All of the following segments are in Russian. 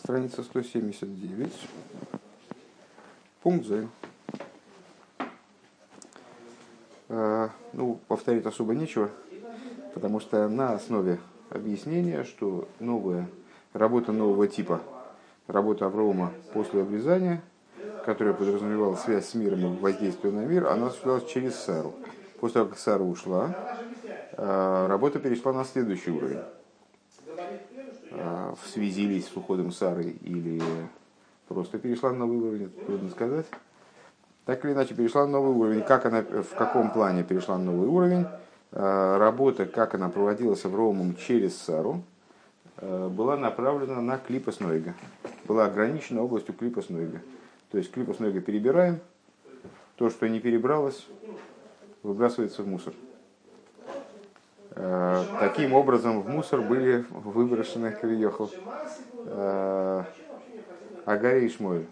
Страница 179. Пункт З. Повторить особо нечего, потому что на основе объяснения, что работа нового типа, работа Авраама после обрезания, которая подразумевала связь с миром и воздействие на мир, она осуществлялась через Сару. После того, как Сара ушла, работа перешла на следующий уровень. В связи ли с уходом Сары или просто перешла на новый уровень, это трудно сказать. Так или иначе, перешла на новый уровень. Как она, в каком плане перешла на новый уровень? Работа, как она проводилась Авраамом через Сару, была направлена на клипас нойга. Была ограничена областью клипас нойга. То есть клипас нойга перебираем, то, что не перебралось, выбрасывается в мусор. Таким образом, в мусор были выброшены Кавиехал Агарь и Ишмоэль.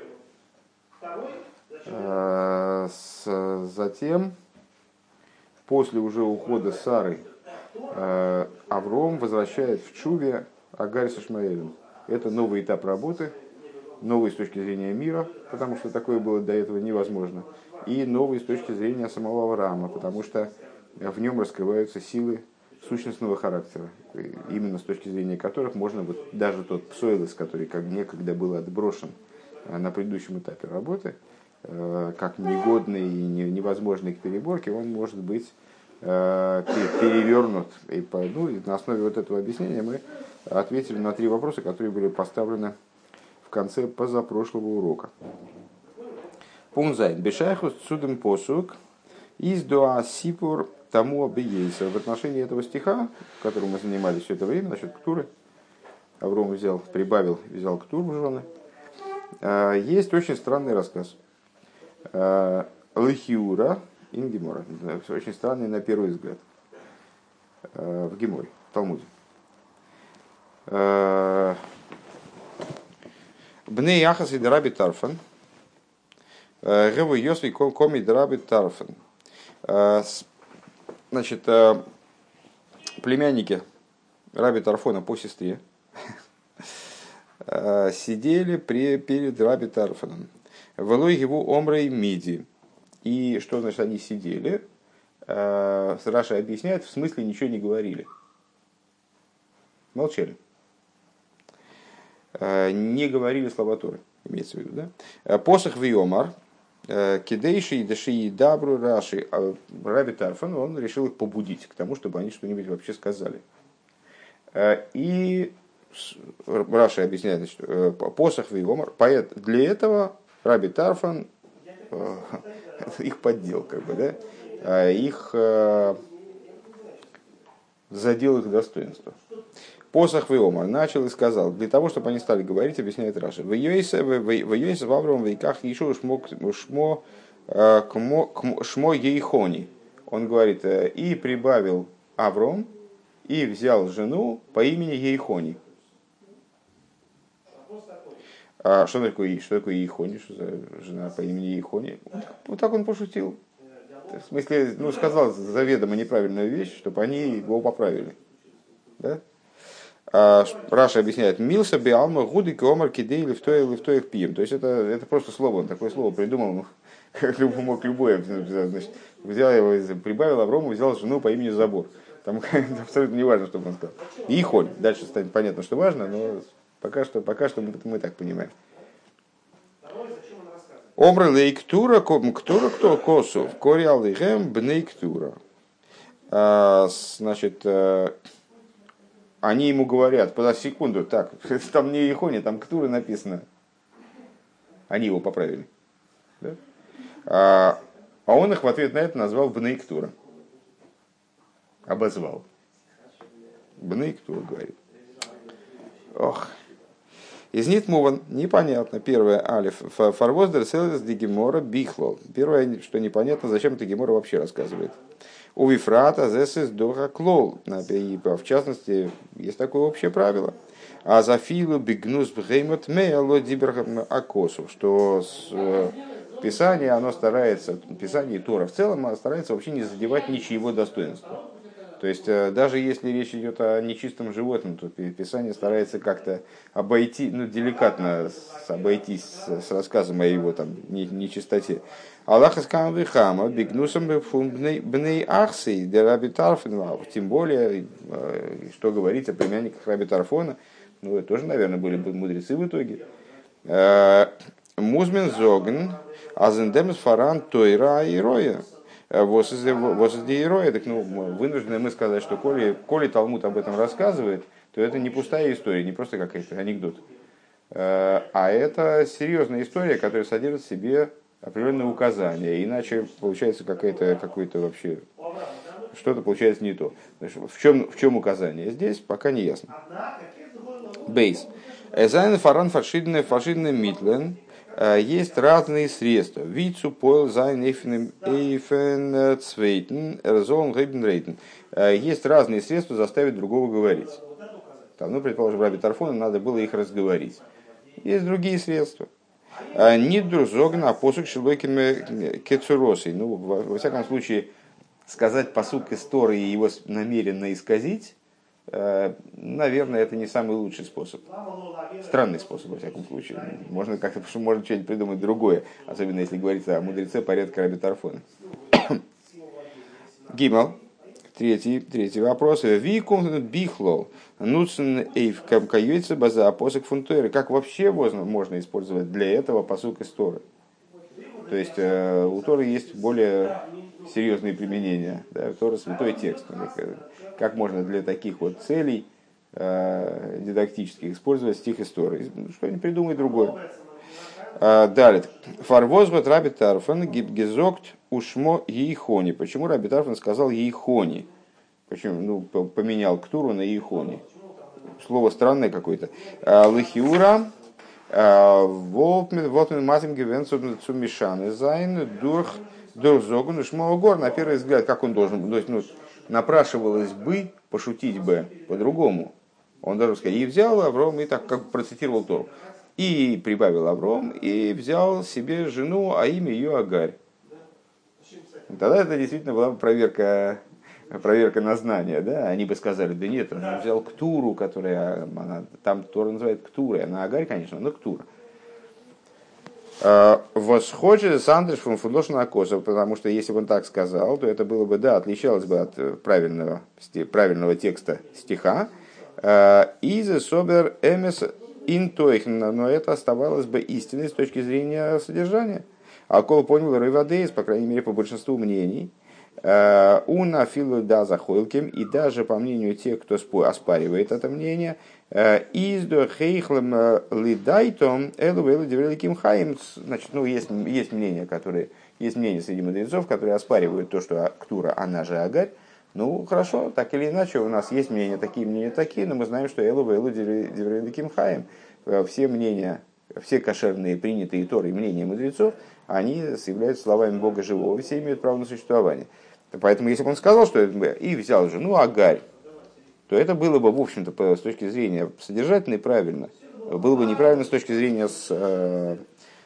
Затем, после уже ухода Сары, Авром возвращает в Чуве Агарь с Ишмаэлем. Это новый этап работы, новый с точки зрения мира, потому что такое было до этого невозможно, и новый с точки зрения самого Авраама, потому что в нем раскрываются силы сущностного характера, именно с точки зрения которых можно даже тот псойлес, который как некогда был отброшен на предыдущем этапе работы, как негодный и невозможный к переборке, он может быть перевернут. И на основе вот этого объяснения мы ответили на 3 вопроса, которые были поставлены в конце позапрошлого урока. Пункт Зайн. Бешайхус цудем посук из доа сипур тому объейся. В отношении этого стиха, которым мы занимались все это время, насчет Ктуры, Авром взял Ктуру в жены, есть очень странный рассказ. Лихиура ин Гемора. Очень странный на первый взгляд. В Геморе, в Талмуде. Бней Яхас и Драби Тарфан. Геву Йосви коми Драби Тарфан. Значит, племянники Раби Тарфона по сестре сидели перед Раби Тарфоном. Велой его омрей миди. И что значит они сидели? Раша объясняет, в смысле ничего не говорили. Молчали. Не говорили слова Торы, имеется в виду, да? Посох виомар, кидейши и даши дабру раши. Раби Тарфон, он решил их побудить к тому, чтобы они что-нибудь вообще сказали. И Раша объясняет, значит, посох виомар. Для этого Раби Тарфон их поддел, как бы, да? Их задел их достоинство. Посох Виомар начал и сказал, для того, чтобы они стали говорить, объясняет Раша. В Йойсе в Авром вейках Ишу шмо ейхони. Он говорит, и прибавил Авром, и взял жену по имени Ейхони. Что такое Ейхони? Что за жена по имени Ейхони? Вот так он пошутил. В смысле, сказал заведомо неправильную вещь, чтобы они его поправили. Да? Раша объясняет, милса биалма гуды комар кидей лифтоих пием. То есть это просто слово, он такое слово придумал, мог любое. Значит, взял его, прибавил Аврому, взял жену по имени Забор. Там абсолютно не важно, что он сказал. И Ихонь. Дальше станет понятно, что важно, но пока что мы так понимаем. Омр лейктура, ктура кто косу, в кориал лейхем бнейктура. Значит, они ему говорят, подожди секунду, так, там не Ихони, там Ктура написано. Они его поправили. Да? А он их в ответ на это назвал бнейктура. Обозвал. Бнейктура говорит. Ох. Из Нитмуван непонятно. Первое, алиф, фарвоздер селес ди гемора бихлол. Первое, что непонятно, зачем эта гемора вообще рассказывает. У вифрата зесес дора клол. В частности, есть такое общее правило. А за филу бигнус бгеймот меяло диберхам акосу. Что Писание, оно старается, Писание и Тора в целом, оно старается вообще не задевать ничьего достоинства. То есть, даже если речь идет о нечистом животном, то Писание старается как-то обойти, ну, деликатно обойтись с рассказом о его там нечистоте. Аллах искам вихама, бигнусом бней ахси, де раби Тарфон, тем более, что говорить о племянниках раби Тарфона, ну, это тоже, наверное, были бы мудрецы в итоге. Музмен зоген, азендемс фаран тойра и роя. Вот из героя, так ну, вынуждены мы сказать, что коли Талмуд об этом рассказывает, то это не пустая история, не просто какой-то анекдот, а это серьезная история, которая содержит в себе определенные указания, иначе получается какое-то вообще, что-то получается не то. В чем указание здесь, пока не ясно. Бейс. Эзайн фаран фашидный митлен. Есть разные средства. Вицу пойл зайн эйфен цвейтен эрзон рейбен. Есть разные средства заставить другого говорить. Там, ну, предположим, раби Тарфону надо было их разговорить. Есть другие средства. Ниддрузогн, а посук шелойкин кецуросой. Ну, во всяком случае, сказать пасук из Торы и его намеренно исказить, наверное, это не самый лучший способ. Странный способ, во всяком случае. Можно как-то, можно что-нибудь придумать другое, особенно если говорится о мудреце порядка раби Тарфона. Гимал. Третий вопрос. Викум бихлол. Нуцен эйв кайойца база посук фунтуэры. Как вообще можно использовать для этого пасук из Торы? То есть у Торы есть более серьезные применения. Да? Тора святой текст. Как можно для таких вот целей дидактических использовать стих из Торы? Что-нибудь придумай другое. Далее. Фарвозгот раби Тарфон гибгезокт ушмо ейхони. Почему раби Тарфон сказал ейхони? Почему? Ну, поменял ктуру на ейхони. Слово странное какое-то. Лихиура волтмен матем гивенцу цумишаны зайн дурзогун ушмо гор. На первый взгляд, как он должен быть? Ну, напрашивалось бы пошутить бы по-другому. Он должен сказать, и взял Авром, и так, как процитировал Тору. И прибавил Авром, и взял себе жену, а имя ее Агарь. Тогда это действительно была бы проверка на знание. Да? Они бы сказали, да нет, он взял Ктуру, которая, там Тора называет Ктурой, она Агарь, конечно, но Ктура. Восходит Сандерш фон Фудлошна Акосов, потому что если бы он так сказал, то это было бы, да, отличалось бы от правильного текста стиха. Из Собер Эмес Интойхн, но это оставалось бы истиной с точки зрения содержания. А кол понял Рейвадейс, по крайней мере, по большинству мнений, Уна Филу да Захойлким, и даже по мнению тех, кто оспаривает это мнение, из до Хейхлем Лидайтом Элуэлу Девеликим Хаим. Значит, ну, есть мнения среди мудрецов, которые оспаривают то, что Ктура, она же Агарь. Ну, хорошо, так или иначе, у нас есть мнения такие, но мы знаем, что Элуэлу Девеликим Хаим. Все мнения, все кошерные, принятые Торой мнения мудрецов, они являются словами Бога живого, все имеют право на существование. Поэтому, если бы он сказал, что и взял жену Агарь, то это было бы, в общем-то, с точки зрения содержательной правильно. Было бы неправильно с точки зрения с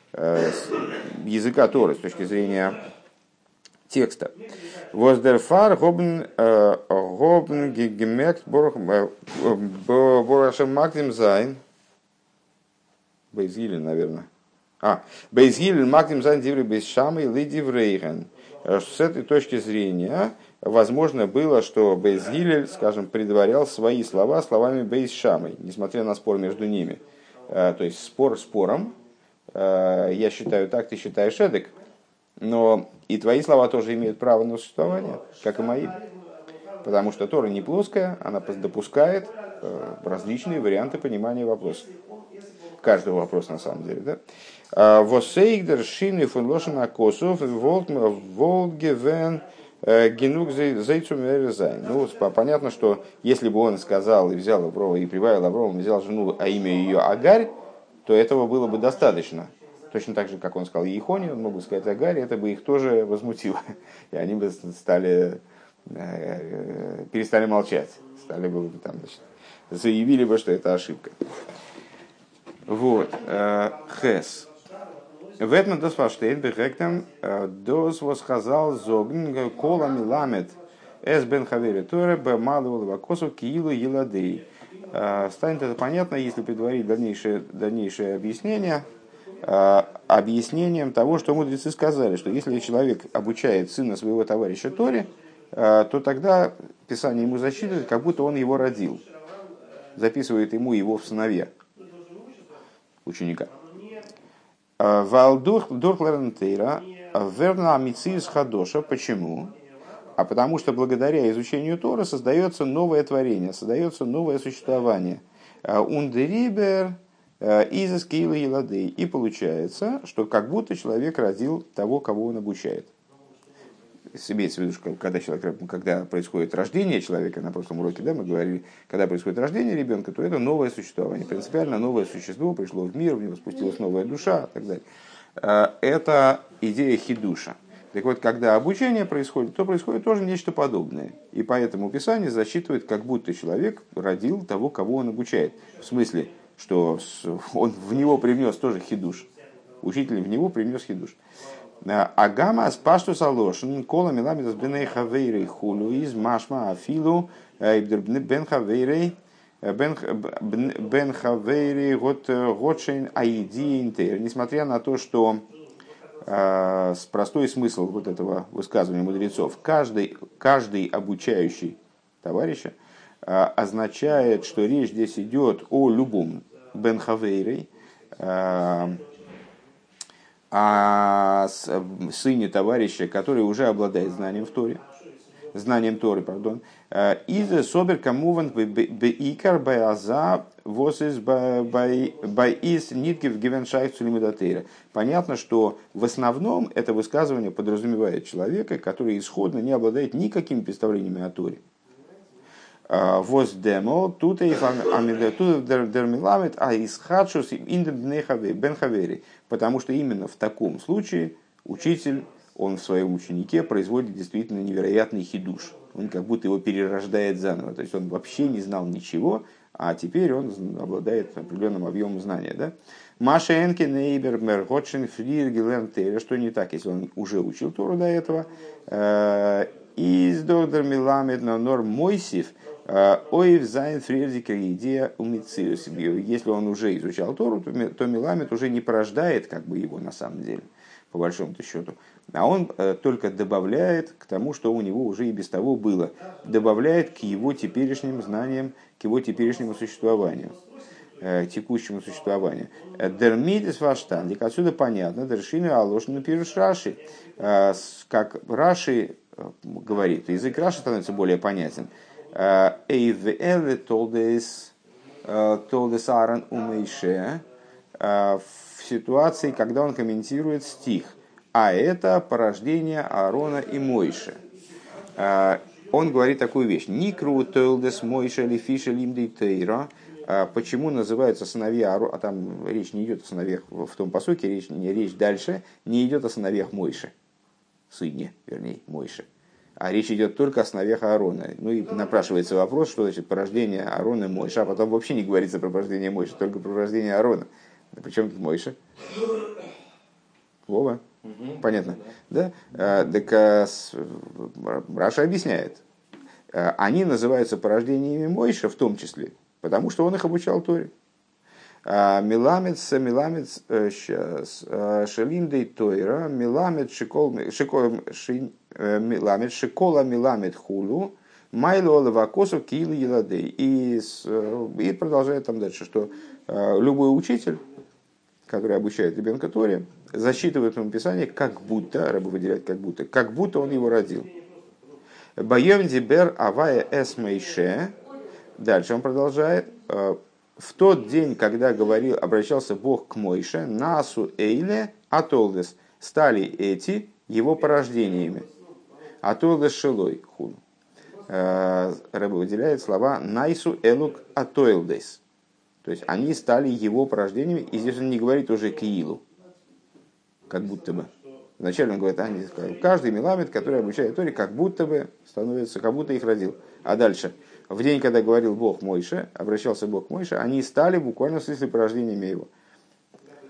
языка Торы, с точки зрения текста. Воздерфар гобн гемект борашем макдим зайн. Бейзгилен, наверное. Бейзгилен макдим зайн диври бейсшамы лиди врейген. С этой точки зрения возможно было, что Бейс Гилель, скажем, предварял свои слова словами Бейс Шамой, несмотря на спор между ними. То есть спор спором, я считаю так, ты считаешь эдак, но и твои слова тоже имеют право на существование, как и мои. Потому что Тора не плоская, она допускает различные варианты понимания вопроса. Каждого вопроса на самом деле, да? Восейгдер шины фон лошена косов волгевен генук зайцум эрзайн. Ну, понятно, что если бы он сказал и взял Аврома, и прибавил Аврома, взял жену, а имя ее Агарь, то этого было бы достаточно. Точно так же, как он сказал Ейхони, он мог бы сказать Агарь, это бы их тоже возмутило. И они бы перестали молчать. Стали бы там, значит, заявили бы, что это ошибка. Вот. Хес. В этом дос фаштейн бехектем дос восхазал зогн кола миламет Эс бен хавери Тора б малого лавакосу киилу еладей. Станет это понятно, если предварить дальнейшее объяснение объяснением того, что мудрецы сказали, что если человек обучает сына своего товарища Торе, то тогда Писание ему засчитывает, как будто он его родил, записывает ему его в сыновья ученика. Валдурхлернтейра верна мицис хадоша. Почему? А потому что благодаря изучению Торы создается новое творение, создается новое существование. Ундерибер из скилла еладей. И получается, что как будто человек родил того, кого он обучает. Имеется в виду, что когда происходит рождение человека, на прошлом уроке мы говорили, когда происходит рождение ребенка, то это новое существование, принципиально новое существо пришло в мир, в него спустилась новая душа и так далее. Это идея хидуша. Так вот, когда обучение происходит, то происходит тоже нечто подобное. И поэтому Писание засчитывает, как будто человек родил того, кого он обучает. В смысле, что он в него привнес тоже хидуш. Учитель в него привнес хидуш. Агама спашту салошин кола миламидас беней хавейрей хулу из машма афилу бен хавейрей готшейн аиди интер. Несмотря на то, что простой смысл вот этого высказывания мудрецов, каждый обучающий товарища означает, что речь здесь идет о любом бен хавейрей, о сыне товарища, который уже обладает знанием Торы, из собер камуван беикар беаза восис баис ниткив гивеншайх цулимидатейра. Понятно, что в основном это высказывание подразумевает человека, который исходно не обладает никакими представлениями о Торе. Воздемо тут дермиламет а исхадшус бен хавери. Потому что именно в таком случае учитель, он в своем ученике производит действительно невероятный хидуш. Он как будто его перерождает заново. То есть он вообще не знал ничего, а теперь он обладает определенным объемом знания. Да? Маша Энке Нейбер Мерготшин Фрир Гилентейра. Что не так, если он уже учил Тору до этого? Из Додер Миламед Нор Мойсив. Оив зайн фрирдика идея умициус. Если он уже изучал Тору, то Миламед уже не порождает как бы его на самом деле, по большому-то счету. А он только добавляет к тому, что у него уже и без того было. Добавляет к его теперешним знаниям, к его теперешнему существованию, текущему существованию. Дермидис ваштандик. Отсюда понятно. Дершины алошну пируш Раши. Как Раши говорит, язык Раши становится более понятен. Эйвэлэ толдес Аарон умейше в ситуации, когда он комментирует стих, а это порождение Аарона и Мойше. Он говорит такую вещь: Никру толдес Мойше или фише лимдей тейра. Почему называются сыновья Аарона? А там речь не идет о сыновьях в том пасуке, речь дальше не идет о сыновьях Мойше, сыне, вернее, Мойше. А речь идет только о сыновьях Аарона. Ну и напрашивается вопрос, что значит порождение Аарона и Мойша, а потом вообще не говорится про порождение Мойши, только про рождение Аарона. Да при чем тут Мойша? Вова? Понятно? Да? Так Раша объясняет. Они называются порождениями Мойша в том числе, потому что он их обучал Торе. Миламед шелимдей тойра, миламед шикола миламед хулу, майло лавакосов киилу еладей. И продолжает там дальше, что любой учитель, который обучает ребенка Торе, засчитывает ему Писание, как будто, Рабби выделяет как будто он его родил. Байом дибер авая эс мейше. Дальше он продолжает. В тот день, когда обращался Бог к Мойше, насу эйле атолдес, стали эти его порождениями. Атолдес шелой хун. Рабби выделяет слова найсу элук атойлдес. То есть они стали его порождениями, и здесь он не говорит уже киилу, как будто бы. Вначале он говорит, каждый миламед, который обучает Торе, как будто бы становится, как будто их родил. А дальше, в день, когда говорил Бог Мойше, обращался Бог к Мойше, они стали буквально в смысле порождениями его.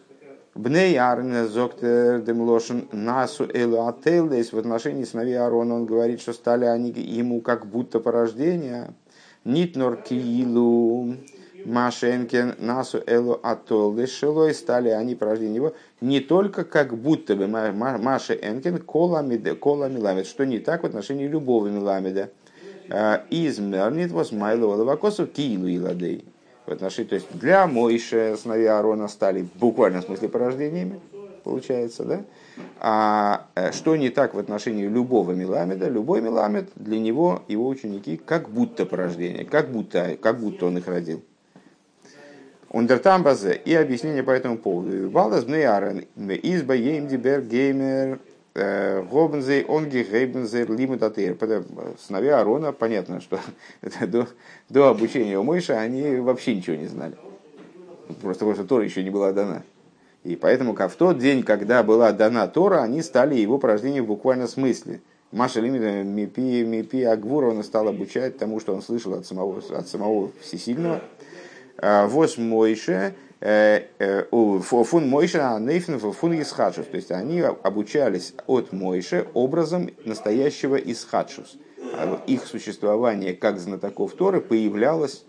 Бней Аарон зоктер демлошен насу элу ателдес. В отношении сыновей Аарона он говорит, что стали они ему как будто порождение. Нитнор киилу машенкен насу элу атолдес шелой. Стали они порождение его не только как будто бы Маша Энкен кола миламед, что не так в отношении любого миламеда. Измернит восмайлова лавакосу киилу иладей. В отношении, то есть для Мойше сыновей Аарона стали в буквальном смысле порождениями, получается, да? А что не так в отношении любого миламеда? Любой миламед, для него его ученики как будто порождение, как будто он их родил. Ундертамбазе и объяснение по этому поводу. Балдас бней Аарон изба еймдибер геймер гобнзей онги гейбнзей лимутатер. Сыновья Аарона, понятно, что до обучения у Мойши они вообще ничего не знали. Просто потому что Тора еще не была дана. И поэтому в тот день, когда была дана Тора, они стали его порождением в буквальном смысле. Маша Лимита Мипи Агвура он стал обучать тому, что он слышал от самого Всесильного. Вос Мойше, фун Мойше, нейфен фун Исхадшус. То есть они обучались от Мойше образом настоящего Исхадшус. Их существование как знатоков Торы появлялось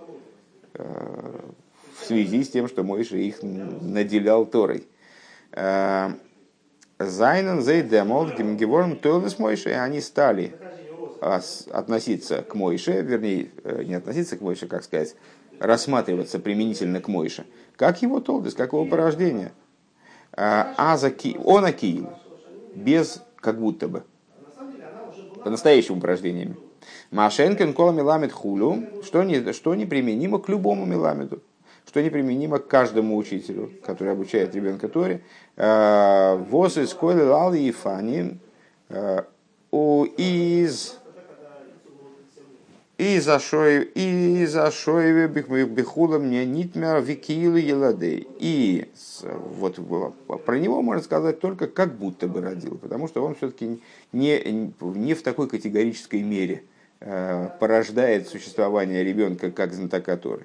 в связи с тем, что Мойше их наделял Торой. Зайнен зейдемол геворн тойлес Мойше, и они стали относиться к Мойше, вернее, не относиться к Мойше, как сказать, рассматриваться применительно к Мойше, как его толдес, как его порождение. Он акиил, без как будто бы, по-настоящему порождениями. Машенкен кола миламед хулю, что неприменимо к любому миламеду, что неприменимо к каждому учителю, который обучает ребенка Торе. Воз из койлы лал и фани из ашоеве бихулам не нитмер викилы еладей. И вот про него можно сказать только как будто бы родил, потому что он все-таки не в такой категорической мере порождает существование ребенка как знатока Торы.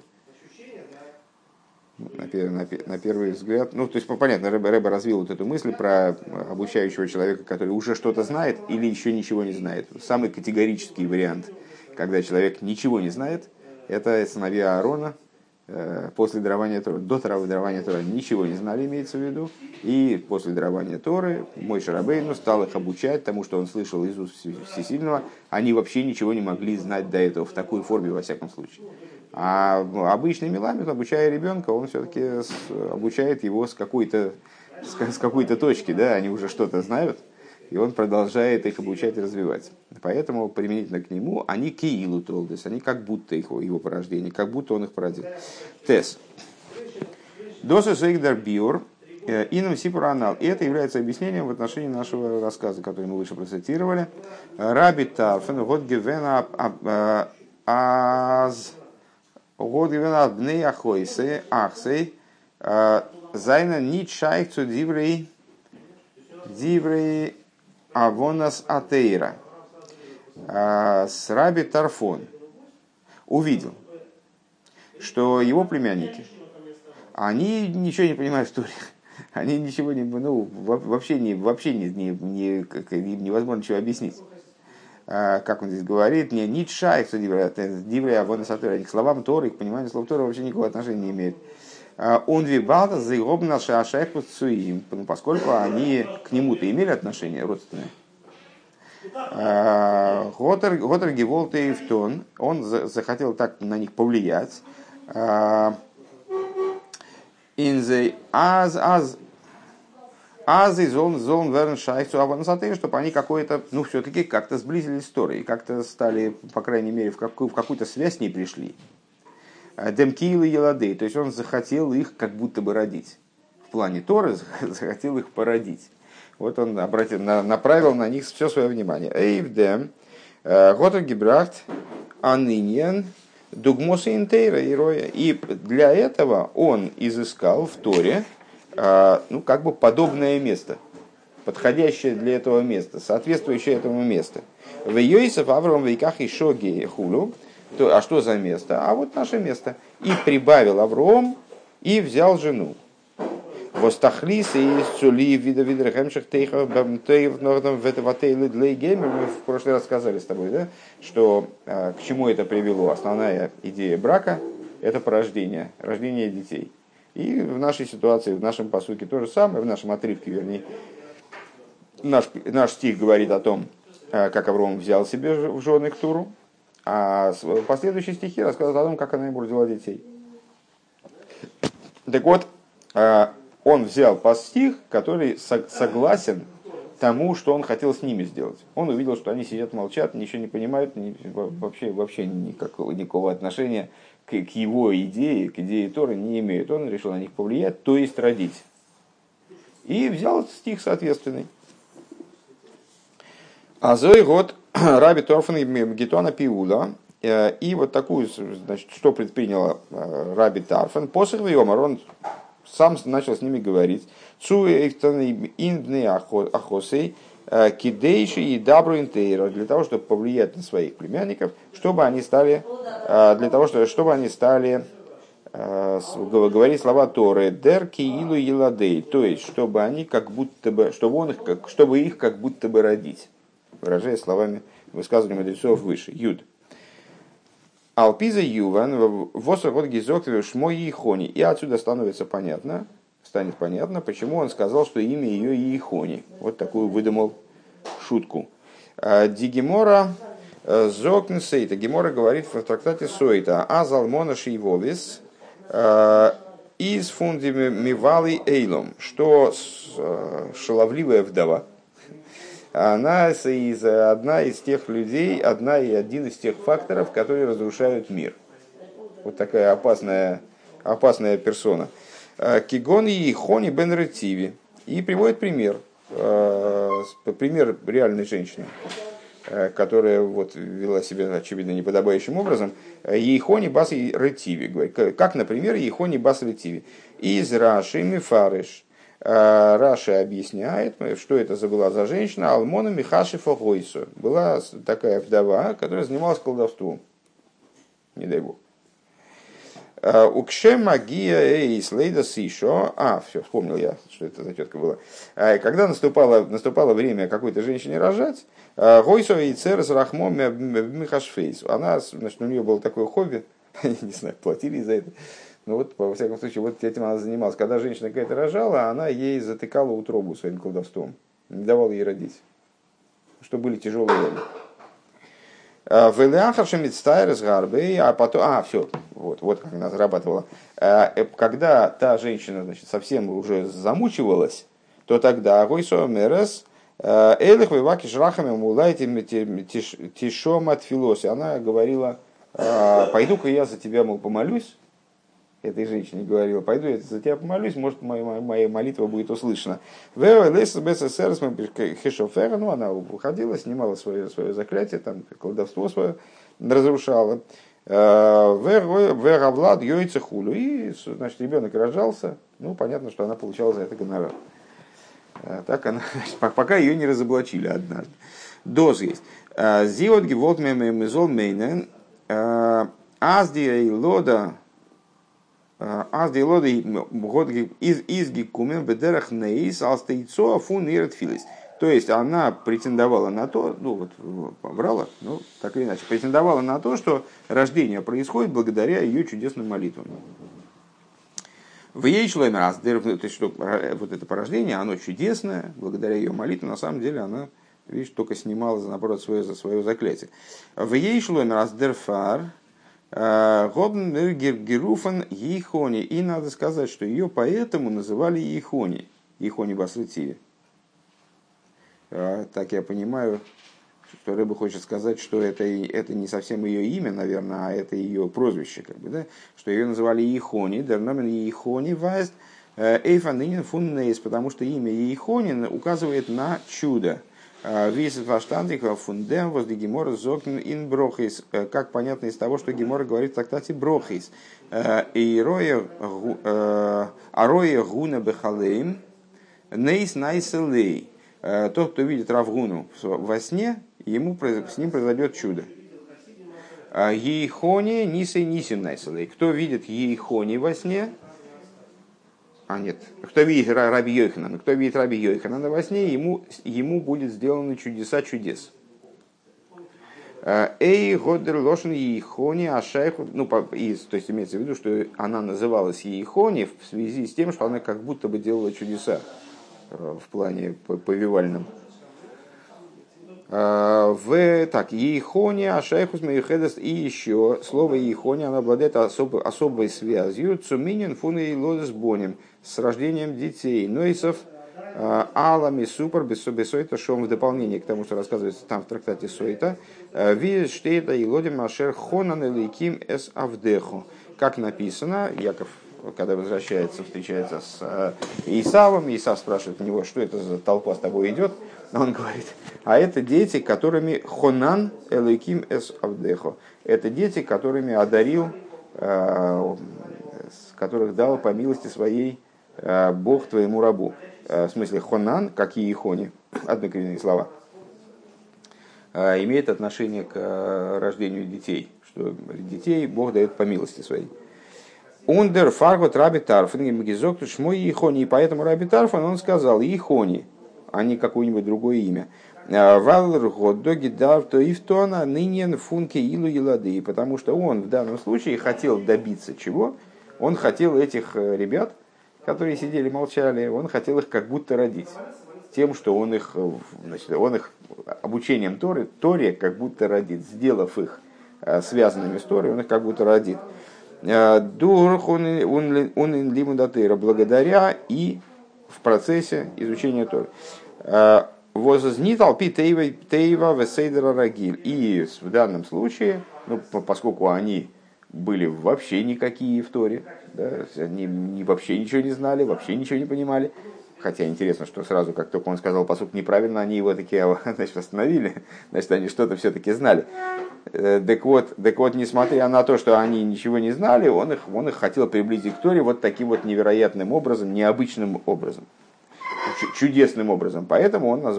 На первый взгляд, то есть понятно, Рэбе развил вот эту мысль про обучающего человека, который уже что-то знает или еще ничего не знает. Самый категорический вариант, когда человек ничего не знает, это сыновья Аарона после дарования Торы. До дарования Торы ничего не знали, имеется в виду, и после дарования Торы Мойше Рабейну стал их обучать тому, что он слышал из уст Всесильного. Они вообще ничего не могли знать до этого, в такой форме, во всяком случае. А обычный миламед, обучая ребенка, он все-таки обучает его с какой-то точки, да, они уже что-то знают, и он продолжает их обучать и развивать. Поэтому, применительно к нему, они киилу толдес, они как будто его порождение, как будто он их породил. Тес. Доса сейгдар биур, инам сипуранал. И это является объяснением в отношении нашего рассказа, который мы выше процитировали. Раби Тарфен, год гивена аз... Год гивена бней ахойсе, ахсей, зайна нит шайхцу диврей авонас атеира. С Раби Тарфон увидел, что его племянники, они ничего не понимают в Торе. Они ничего не, вообще невозможно ничего объяснить. Как он здесь говорит, не нитшай, что диврей авонас атеира, к словам Торы, к пониманию слов Торы вообще никакого отношения не имеет. Он вибалта за его нашашайку цуим, поскольку они к нему-то имели отношение родственное. Готер геволта и втон, он захотел так на них повлиять. Инзей азы зон верн шайцу авансатей, чтобы они какое-то, все-таки как-то сблизились с Торой, как-то стали, по крайней мере, в какую-то связь с ней пришли. Демкилы еладей, то есть он захотел их как будто бы родить. В плане Торы захотел их породить. Вот он направил на них все свое внимание. Эйвдем, готер гибрахт, аниньен, дугмоса интейра и роя. И для этого он изыскал в Торе, как бы подобное место, подходящее для этого места, соответствующее этому месту. В Йосеф Авраам вейках и шоги хулю. А что за место? А вот наше место. И прибавил Авром и взял жену. Востахлис и Цули вида хемших тейхов бамтеев нордом в это ватейлы для геймер. Мы в прошлый раз сказали с тобой, да, что к чему это привело. Основная идея брака – это порождение, рождение детей. И в нашей ситуации, в нашем посуке то же самое, в нашем отрывке, вернее, наш стих говорит о том, как Авраам взял себе в жены Ктуру, а последующие стихи рассказывают о том, как она ему родила детей. Так вот, он взял стих, который согласен тому, что он хотел с ними сделать. Он увидел, что они сидят, молчат, ничего не понимают, вообще никакого отношения к его идее, к идее Торы не имеют. Он решил на них повлиять, то есть родить. И взял стих соответственный. Азой год Раби Торфан Гетона Пиула. И вот такую, значит, что предпринял Раби Тарфан. После Йомар он сам начал с ними говорить. Кидейши и Дабру Интейра, для того, чтобы повлиять на своих племянников, чтобы они стали, говорить слова Торы, Дер Киилу Еладей, то есть, чтобы они как будто бы, чтобы их как будто бы родить, выражая словами высказывания мудрецов выше. Юд. Алпиза Юван, Восохот Гизок, Шмо Иехони. И отсюда станет понятно, почему он сказал, что имя ее Иехони. Вот такую выдумал шутку. Дигемора Зокн Сейта. Гемора говорит в трактате Сойта. Азалмона Шейвовис из фунди Мивали Эйлом. Что шаловливая вдова. Она одна из тех людей, один из тех факторов, которые разрушают мир. Вот такая опасная персона. Кигон и Хони бен Ретиви. И приводит пример реальной женщины, которая вот вела себя, очевидно, неподобающим образом. Ейхони бас Ретиви. Говорит, как, например, Ейхони бас Ретиви. Из Раши Мифариш. Раши объясняет, что это была за женщина. Алмона Михаши Фогойсу. Была такая вдова, которая занималась колдовством. Не дай бог. Укше магия эйс лейда сишо. Все, вспомнил я, что это за тетка была. Когда наступало время какой-то женщине рожать, Гойсо и Церес Рахмо Михашфейс. Она, значит, у нее было такое хобби, не знаю, платили за это. Ну вот, во всяком случае, вот этим она занималась. Когда женщина какая-то рожала, она ей затыкала утробу своим колдовством. Не давала ей родить. Что были тяжелые роды. А потом, все, вот как она зарабатывала. Когда та женщина, значит, совсем уже замучивалась, то тогда Гойсо Мерес Элих Виваки Шрахами Мулайте Тишом от Филоси. Она говорила, пойду-ка я за тебя, мол, помолюсь. Этой женщине говорила, пойду я за тебя помолюсь, может, моя молитва будет услышана. Ну, она уходила, снимала свое заклятие, там, колдовство свое разрушала. Веравлад йойца хулю. И, значит, ребенок рожался, ну, понятно, что она получала за это гонорар. Так она, пока ее не разоблачили однажды. Доз есть. Зиот геволт мемезол мейнен азди лода Азди лоды из гикумен бедерах неис алстейцо фун иртфилис. То есть она претендовала на то, ну вот врала, ну так или иначе, претендовала на то, что рождение происходит благодаря ее чудесным молитвам. В ей шломер аздер, то есть что вот это порождение, оно чудесное, благодаря ее молитвам, на самом деле она, видишь, только снимала наоборот свое заклятие. В ей шломер аздерфар Геруфан Ейхони. И надо сказать, что ее поэтому называли Ейхони. Ейхони Басритиви. Так я понимаю, что Рыба хочет сказать, что это не совсем ее имя, наверное, а это ее прозвище, как бы, да? Что ее называли Ейхони, дерномен Ейхони вайст эйфанинин фуннейс, потому что имя Ейхони указывает на чудо. Как понятно из того, что Гемора говорит в трактате Брохис. Ароя гуна бехалеем нейс найселей. Тот, кто видит Равгуну во сне, с ним произойдет чудо. Ейхони нисей нисим найселей. Кто видит Ейхони во сне, Нет. Кто видит Раби Йоханана? Кто видит Раби Йоханана во сне, ему будет сделаны чудеса чудес. Эй, Годер Лошен Ейхони Ашайху. Ну, то есть имеется в виду, что она называлась Ейхони в связи с тем, что она как будто бы делала чудеса в плане повивальном. Так, Ейхони Ашайхус Мейхедес. И еще слово Ейхони, оно обладает особой связью Цуминин Фун и Лодес Боним с рождением детей. Нойсов Алами Супер Бесойта Шом, в дополнение к тому, что рассказывается там в трактате Сойта. Видишь, что это и Лодим Ашер Хонан Элейким Эс Авдеху. Как написано, Яков, когда возвращается, встречается с Исавом, Исав спрашивает у него, что это за толпа с тобой идет. Он говорит, а это дети, которыми Хонан Элейким Эс Авдеху. Это дети, которыми одарил, которых дал по милости своей Бог твоему рабу. В смысле Хонан, как и Ихони, однокоренные слова, имеет отношение к рождению детей, что детей Бог дает по милости своей. Ундер фаргот Раби Тарфон гизок шмой Ихони, и поэтому Раби Тарфон он сказал Ихони, а не какое-нибудь другое имя. Валер годоги давто ифтона нынен функе илу елады, потому что он в данном случае хотел добиться чего? Он хотел этих ребят, которые сидели, молчали, он хотел их как будто родить. Тем, что он их обучением Торе как будто родит, сделав их связанными с Торой, он их как будто родит. Дурх он лимудатыра, благодаря и в процессе изучения Торы. Возознитал пи тейва весейдера рагиль. И в данном случае, поскольку они были вообще никакие в Торе, да, они вообще ничего не знали, вообще ничего не понимали. Хотя интересно, что сразу, как только он сказал посук неправильно, они его такие, значит, остановили, значит, они что-то все-таки знали. Так вот, несмотря на то, что они ничего не знали, он их хотел приблизить к Торе вот таким вот невероятным образом, необычным образом, чудесным образом. Поэтому он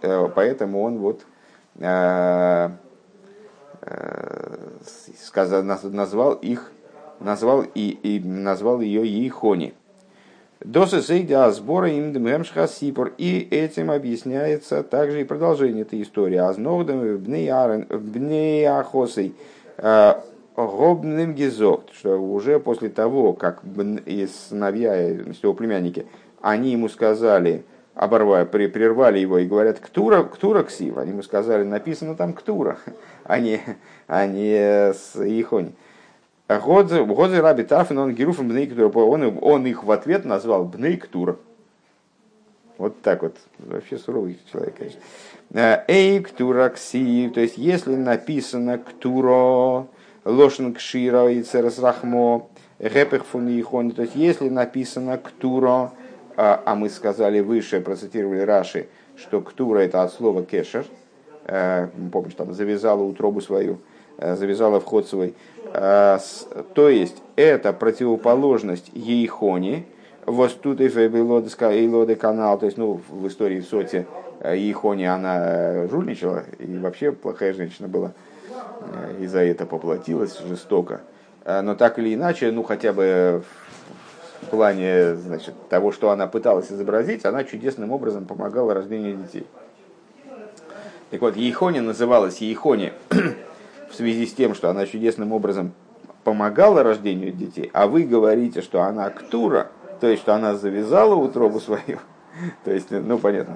назвал ее Ейхони. Досы сейдя сбора им дмемшха сипор. И этим объясняется также и продолжение этой истории. Азногдам бней ахосей гобным гизокт, что уже после того, как и сыновья, его племянники, они ему сказали, прервали его и говорят «Ктура ксив», они ему сказали, написано там «Ктура», а не с Ихони. Годзе Раби Тарфон, он геруфом бней ктура, он их в ответ назвал бней ктура. Вот так вот. Вообще суровый человек, конечно. Эй ктура ксив, то есть если написано ктуро, лошен кшира и церес рахмо, гепех фун ихони, то есть если написано ктуро, а мы сказали выше, процитировали Раши, что ктура это от слова кешер, помнишь, там завязала утробу свою, завязала вход свой. То есть это противоположность Ейхони, Востутев и Лоде канал, то есть в истории в Соте Ейхони она жульничала и вообще плохая женщина была, и за это поплатилась жестоко. Но так или иначе, хотя бы в плане, значит, того, что она пыталась изобразить, она чудесным образом помогала рождению детей. Так вот, Ейхони называлась Ейхони в связи с тем, что она чудесным образом помогала рождению детей, а вы говорите, что она ктура, то есть, что она завязала утробу свою. То есть, понятно.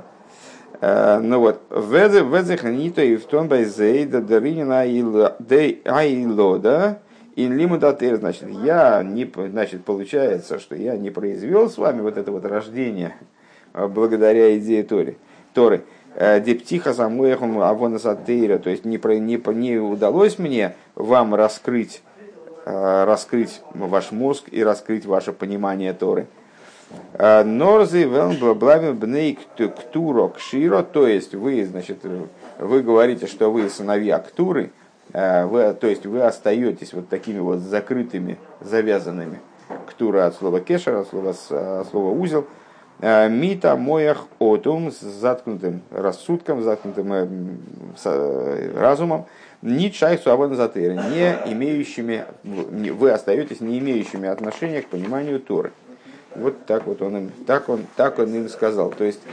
Везеханито и в том байзейда даринина айлода и лимудатер, значит, получается, что я не произвел с вами вот это вот рождение благодаря идее Торы. Дептиха самуэхум авонасатейра, то есть не удалось мне вам раскрыть ваш мозг и раскрыть ваше понимание Торы. Норзы велблавим бней ктуро кширо, то есть вы говорите, что вы сыновья ктуры, то есть вы остаетесь вот такими вот закрытыми, завязанными. Ктура от слова кешер, от слова узел. Мита моях отум с заткнутым рассудком, заткнутым разумом, ни чайсу аванзатыры, вы остаетесь не имеющими отношения к пониманию Торы. Вот так вот так он им сказал. То есть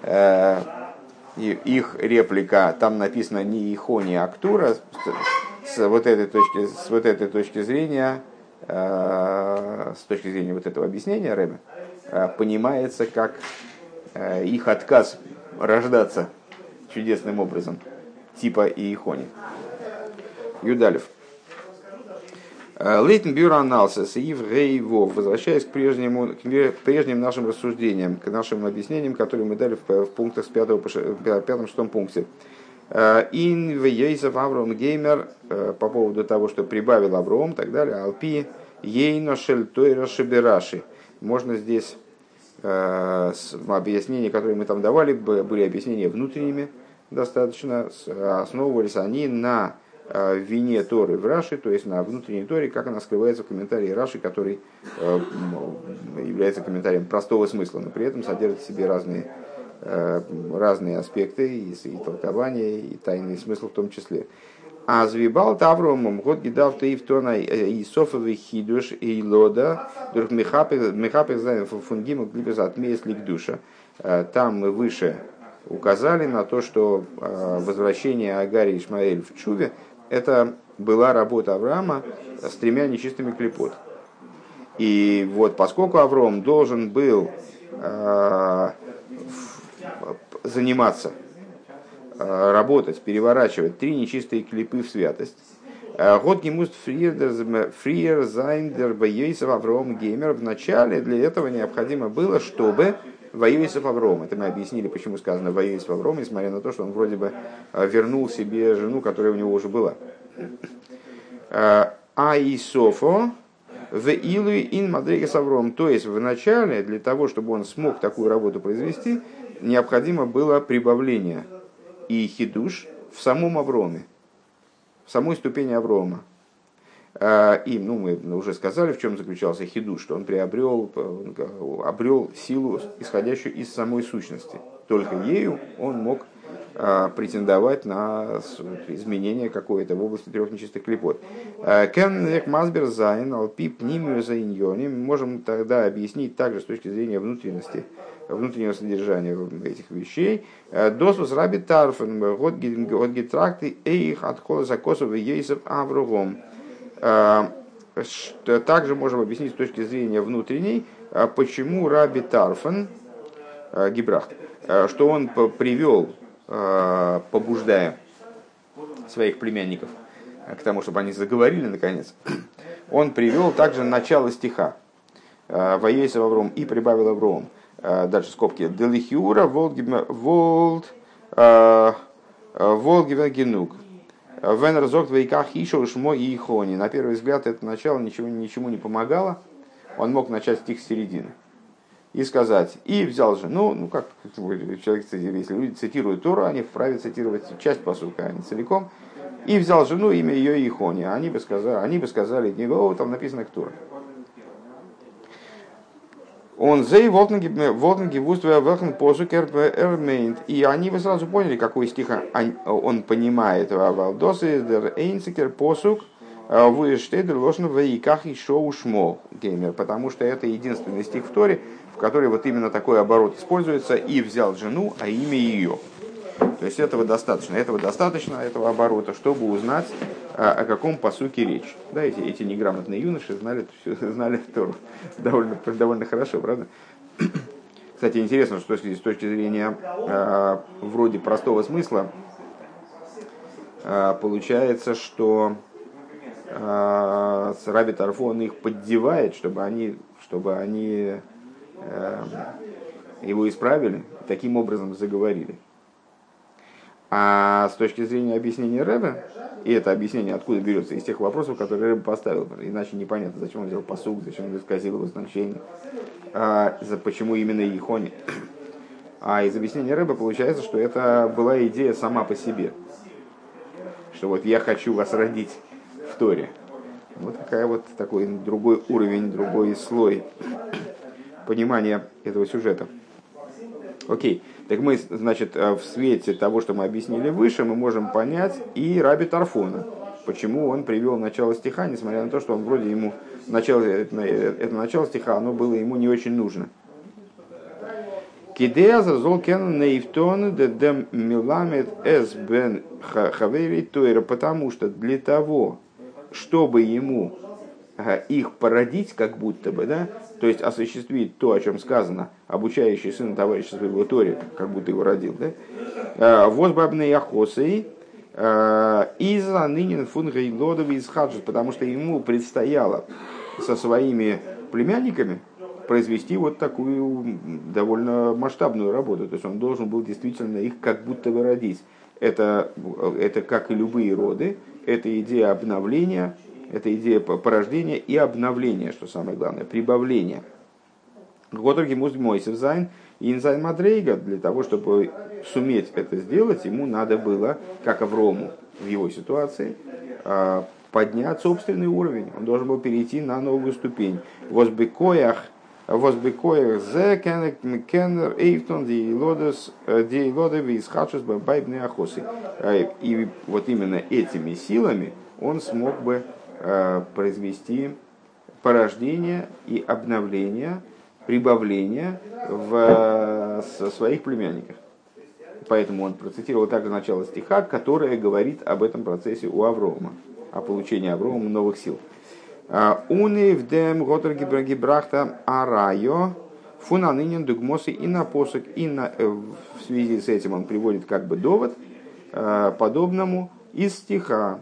их реплика, там написано не Ихони, а Ктура, с вот этой точки зрения, с точки зрения вот этого объяснения Ребе, понимается как их отказ рождаться чудесным образом, типа Иехони. Юдалев. Лейтен бюро анализа Евреевов, возвращаясь к прежним нашим рассуждениям, к нашим объяснениям, которые мы дали в пунктах с 5 по 5-6 пункте. Ин вейсов Авром Геймер по поводу того, что прибавил Авром, и так далее. Алпи ейно шель тойра шебераши. Можно здесь объяснения, которые мы там давали, были объяснения внутренними достаточно, основывались они на вине Торы в Раши, то есть на внутренней Торе, как она скрывается в комментарии Раши, который является комментарием простого смысла, но при этом содержит в себе разные аспекты и толкования, и тайный смысл в том числе. А звибал Тавромом год гидав таифтона и софовый хидуш и лода durch мехапер зайн фунгима глибез отмеес ликдуша. Там мы выше указали на то, что возвращение Агари и Ишмаэль в Чуве это была работа Авраама с 3 нечистыми клипот. И вот поскольку Авраам должен был заниматься, работать, переворачивать 3 нечистые клипы в святость, год гемуст фриер зайндер бейсов Авраам геймер, вначале для этого необходимо было, чтобы Воюисов Авром. Это мы объяснили, почему сказано Воюисов Авром, несмотря на то, что он вроде бы вернул себе жену, которая у него уже была. Аисофо в Илуи ин Мадригас Авром. То есть вначале, для того, чтобы он смог такую работу произвести, необходимо было прибавление и хидуш в самом Авроме, в самой ступени Аврома. И мы уже сказали, в чем заключался хидуш, что он обрел силу, исходящую из самой сущности. Только ею он мог претендовать на изменение какое-то в области 3 нечистых клипот. Кен масбер зайн алпи пнимию заиньони. Мы можем тогда объяснить также с точки зрения внутреннего содержания этих вещей. Досус раби тарфен год гитракты эйх от холоса косов и ейсов аврогом. Также можем объяснить с точки зрения внутренней, почему Раби Тарфон, Гибрахт, что он привел, побуждая своих племянников к тому, чтобы они заговорили наконец, он привел также начало стиха «Воейсов Авром» и прибавил Авром. Дальше скобки «Делихиура волгивагенук». Венерзок двоиках ишел шмо и ихони. На первый взгляд это начало ничему не помогало. Он мог начать стих с середины и сказать: и взял жену, как человек, если люди цитируют Тору, они вправе цитировать часть пасука, а не целиком. И взял жену, имя ее Ихони. Они бы сказали, там написано Ктура. Он зей волтнги вуствуя вехн посукер эрмейнт. И они бы сразу поняли, какой стих он понимает. Валдосы дер эйнцикер посук выштейдер ложно в иках и шоу шмо геймер. Потому что это единственный стих в Торе, в который вот именно такой оборот используется. И взял жену, а имя ее. То есть этого достаточно, этого оборота, чтобы узнать, о каком пасуке речь. Да, эти неграмотные юноши знали Тору довольно хорошо, правда? Кстати, интересно, что с точки зрения вроде простого смысла, получается, что Раби Тарфон их поддевает, чтобы они его исправили, таким образом заговорили. А с точки зрения объяснения Ребе, и это объяснение откуда берется, из тех вопросов, которые Ребе поставил, иначе непонятно, зачем он взял пасук, зачем он исказил его значение, почему именно Ихони. А из объяснения Ребе получается, что это была идея сама по себе, что вот я хочу вас родить в Торе. Вот такой другой уровень, другой слой понимания этого сюжета. Окей. Так мы, значит, в свете того, что мы объяснили выше, мы можем понять и Раби Тарфона, почему он привел начало стиха, несмотря на то, что он вроде ему это начало стиха, оно было ему не очень нужно. Кидеаза зол кен нейфтон дем миламет эс бен хавери тойра, потому что для того, чтобы ему их породить, как будто бы, да, то есть осуществить то, о чем сказано, обучающий сына товарища своего Торе, как будто его родил, да, возбабные охосы, из-за нынен фунгой лодовый из хаджус, потому что ему предстояло со своими племянниками произвести вот такую довольно масштабную работу. То есть он должен был действительно их как будто бы родить. Это как и любые роды, это идея обновления, это идея порождения и обновления, что самое главное, прибавления. Готовки муз мойсев зайн и инзайн мадрейга. Для того, чтобы суметь это сделать, ему надо было, как Аврому в его ситуации, поднять собственный уровень. Он должен был перейти на новую ступень. Возбекоях зе кеннер эйфтон диелодови из хачус байбны ахосы. И вот именно этими силами он смог бы произвести порождение и обновление, прибавление в своих племянниках. Поэтому он процитировал также начало стиха, которое говорит об этом процессе у Аврома, о получении Авромом новых сил. Уни вдем готергибрахта арайо фунанынен дугмосы и на посок, и в связи с этим он приводит как бы довод подобному из стиха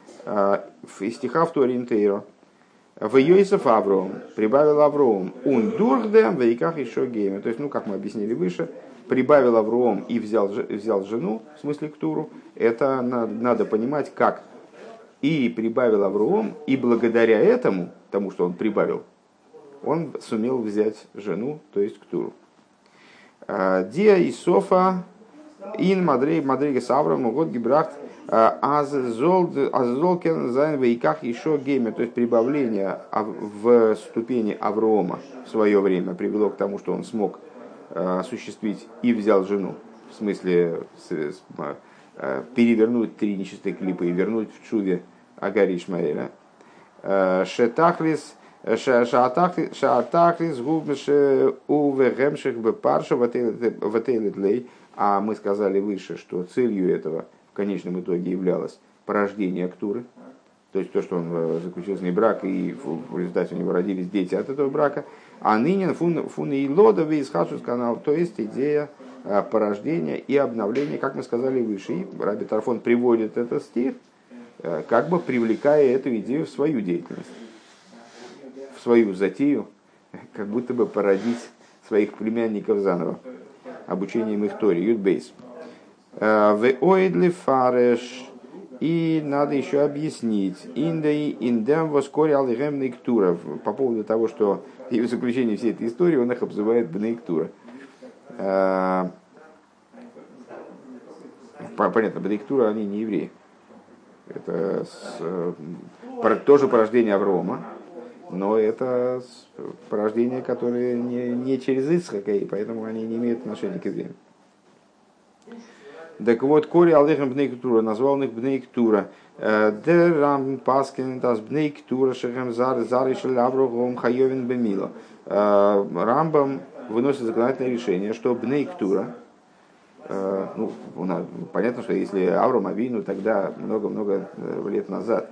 в Торе Интейро. В Йосеф Авром прибавил Авром ун дурхдем в реках еще гейме. То есть, ну, как мы объяснили выше, прибавил Авром и взял жену, в смысле Ктуру. Это надо понимать как. И прибавил Авром, и благодаря этому, тому, что он прибавил, он сумел взять жену, то есть Ктуру. Диа и Софа ин Мадрига с Авром год гибрахт азолкен зайн в реках еще гейме. То есть прибавление в ступени Аврома в свое время привело к тому, что он смог осуществить и взял жену, в смысле перевернуть три нечистые клипы и вернуть в чуве Агари Ишмаэля. Шатахлис губмеш увегемших бепарша вателетлей. А мы сказали выше, что целью этого в конечном итоге являлось порождение Ктуры, то есть то, что он заключил с ней брак, и в результате у него родились дети от этого брака. А ныне фун и лодовый из хашус канал, то есть идея порождения и обновления, как мы сказали выше. И Раби Тарфон приводит этот стих, как бы привлекая эту идею в свою деятельность, в свою затею, как будто бы породить своих племянников заново, обучением их Торе, Юдбейс. И надо еще объяснить, индем воскорял ктура, по поводу того, что и в заключении всей этой истории он их обзывает бнейктура. Понятно, бнейктура, они не евреи. Это тоже порождение Аврома, но это порождение, которое не через Ицхака, и поэтому они не имеют отношения к евреям. Так вот, Кори Алехем Бнейктура назвал их Бнейктура. Дер Рам Паскин das Бнейктура шехем заришел Аврогом Хайовин Бемило. Рамбам выносит законодательное решение, что Бнейктура, ну, понятно, что если Авром Авину тогда много-много лет назад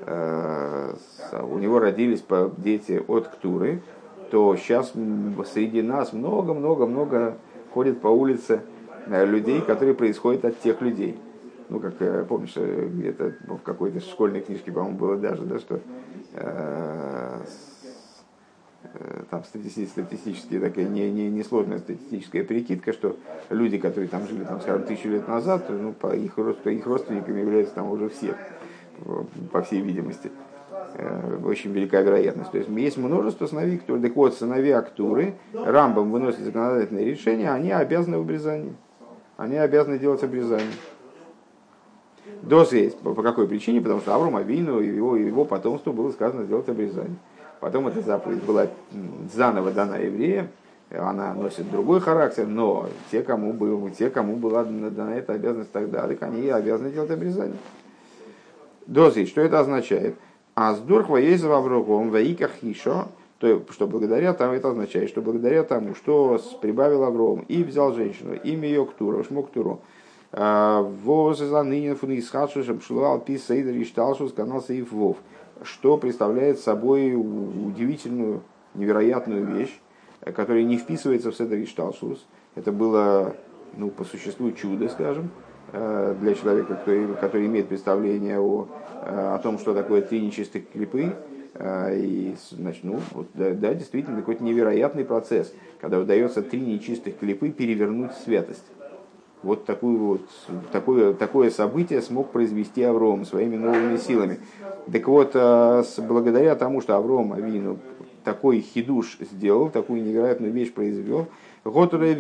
у него родились дети от Ктуры, то сейчас среди нас много-много-много ходит по улице людей, которые происходят от тех людей. Ну, как помнишь, где-то в какой-то школьной книжке, по-моему, было даже, да, что там статистически такая несложная статистическая перекидка, что люди, которые там жили, там, скажем, 1000 лет назад, ну, их родственниками являются там уже все, по всей видимости. Очень велика вероятность. То есть есть множество сыновей Ктуры. Так вот, сыновья Ктуры, Рамбам выносит законодательное решение, они обязаны в обрезании. Они обязаны делать обрезание. Дос есть. По какой причине? Потому что Авром Авину и его потомству было сказано сделать обрезание. Потом эта заповедь была заново дана евреям, она носит другой характер, но те, кому была дана эта обязанность тогда, так они обязаны делать обрезание. Дос есть. Что это означает? А сдурх воезов Аврогом ваиках еще, то, что благодаря тому, это означает, что благодаря тому, что прибавил Авром и взял женщину, имя ее Ктура, шмок Ктуру, возанынен фун исхадшус обшлуал пис сейдер и шталшус канал сейф вов, что представляет собой удивительную, невероятную вещь, которая не вписывается в седер и шталшус. Это было, ну, по существу чудо, скажем, для человека, который имеет представление о том, что такое три нечистых клипы. И, значит, ну, вот, да, действительно, какой-то невероятный процесс, когда удается три нечистых клипы перевернуть в святость. Вот такое событие смог произвести Авром своими новыми силами. Так вот, благодаря тому, что Авром Авину такой хидуш сделал, такую невероятную вещь произвел, он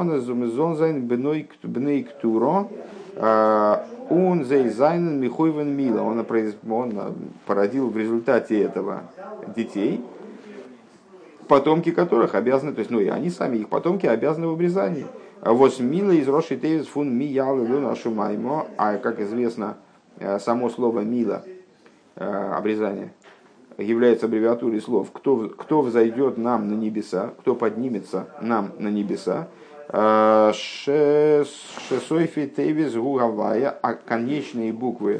породил в результате этого детей, потомки которых обязаны, то есть, ну и они сами, их потомки обязаны в обрезании. Вот мила из Роши Тейвис фун миялы нашу маймо, а как известно, само слово мила, обрезание, является аббревиатурой слов кто взойдет нам на небеса, кто поднимется нам на небеса, шесойфи Тейвис гугавая, а конечные буквы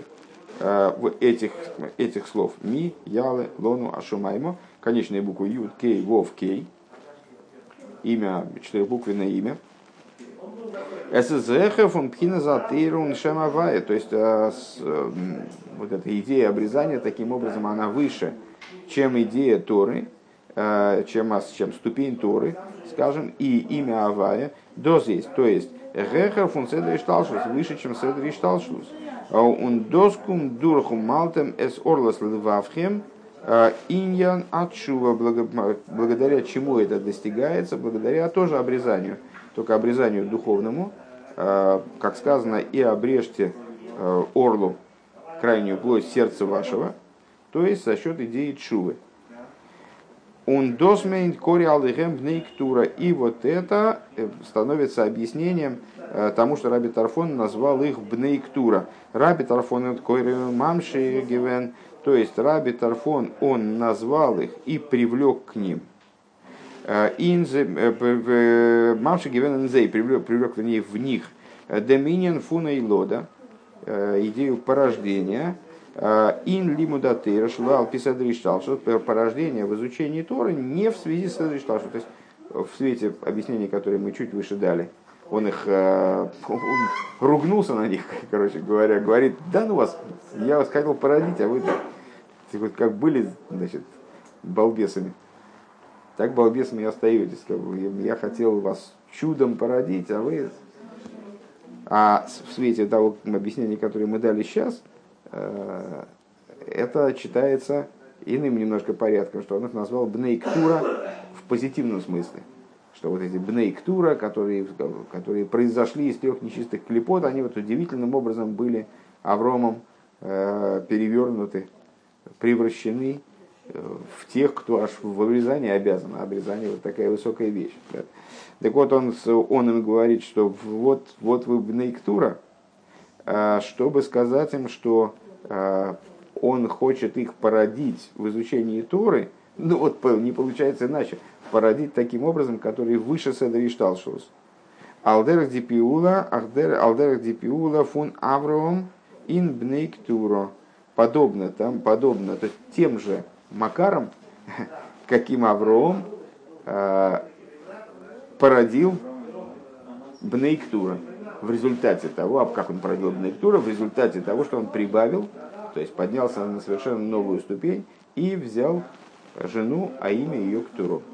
этих слов ми, ялы, лону, ашумаймо, конечные буквы Юд, Кей, Вов, Кей, имя, четырехбуквенное имя. СЗХ фон Пхиназатейрун Шемавая, то есть вот эта идея обрезания таким образом она выше, чем идея Торы, чем ступень Торы, скажем, и имя Авая, доз есть, то есть Геха фон Седри Шталшус, выше, чем Седри Шталшус. Он доскум дурхум малтем эс орлас лвавхем иньян отшува, благодаря чему это достигается, благодаря тоже обрезанию, только обрезанию духовному, как сказано, и обрежьте орлу крайнюю плоть сердца вашего, то есть за счет идеи тшувы. Он досмейн кори алдыхем бнейктура. И вот это становится объяснением тому, что Раби Тарфон назвал их бнейктура. Раби Тарфон мамши гивен, то есть Раби Тарфон, он назвал их и привлек к ним. Мамши гивен инзей, привлек в них доминион фуна и лода, идею порождения. Ин лимудатейра швал писадри шталшут, порождение в изучении Торы не в связи с садри шталшут. То есть в свете объяснений, которые мы чуть выше дали, он ругнулся на них, короче говоря, говорит: да ну вас, я вас хотел породить, а вы как были, значит, балбесами, так балбесами и остаетесь. Я хотел вас чудом породить, а вы... А в свете того объяснения, которое мы дали сейчас, это читается иным немножко порядком, что он их назвал бнейктура в позитивном смысле. Что вот эти бнейктура, которые произошли из трех нечистых клипот, они вот удивительным образом были Авромом перевернуты, превращены в тех, кто аж в обрезании обязан. А обрезание вот такая высокая вещь. Да. Так вот, он им говорит, что вот вы бнейктура, чтобы сказать им, что он хочет их породить в изучении Торы, ну вот не получается иначе, породить таким образом, который выше Седри Шталшус. Алдерах дипиула фун Авром ин бнейктуро. Подобно, то есть тем же макаром, каким Авром породил бнейктура. В результате того, как он породил бнейктура, в результате того, что он прибавил, то есть поднялся на совершенно новую ступень и взял жену, а имя ее Ктуру.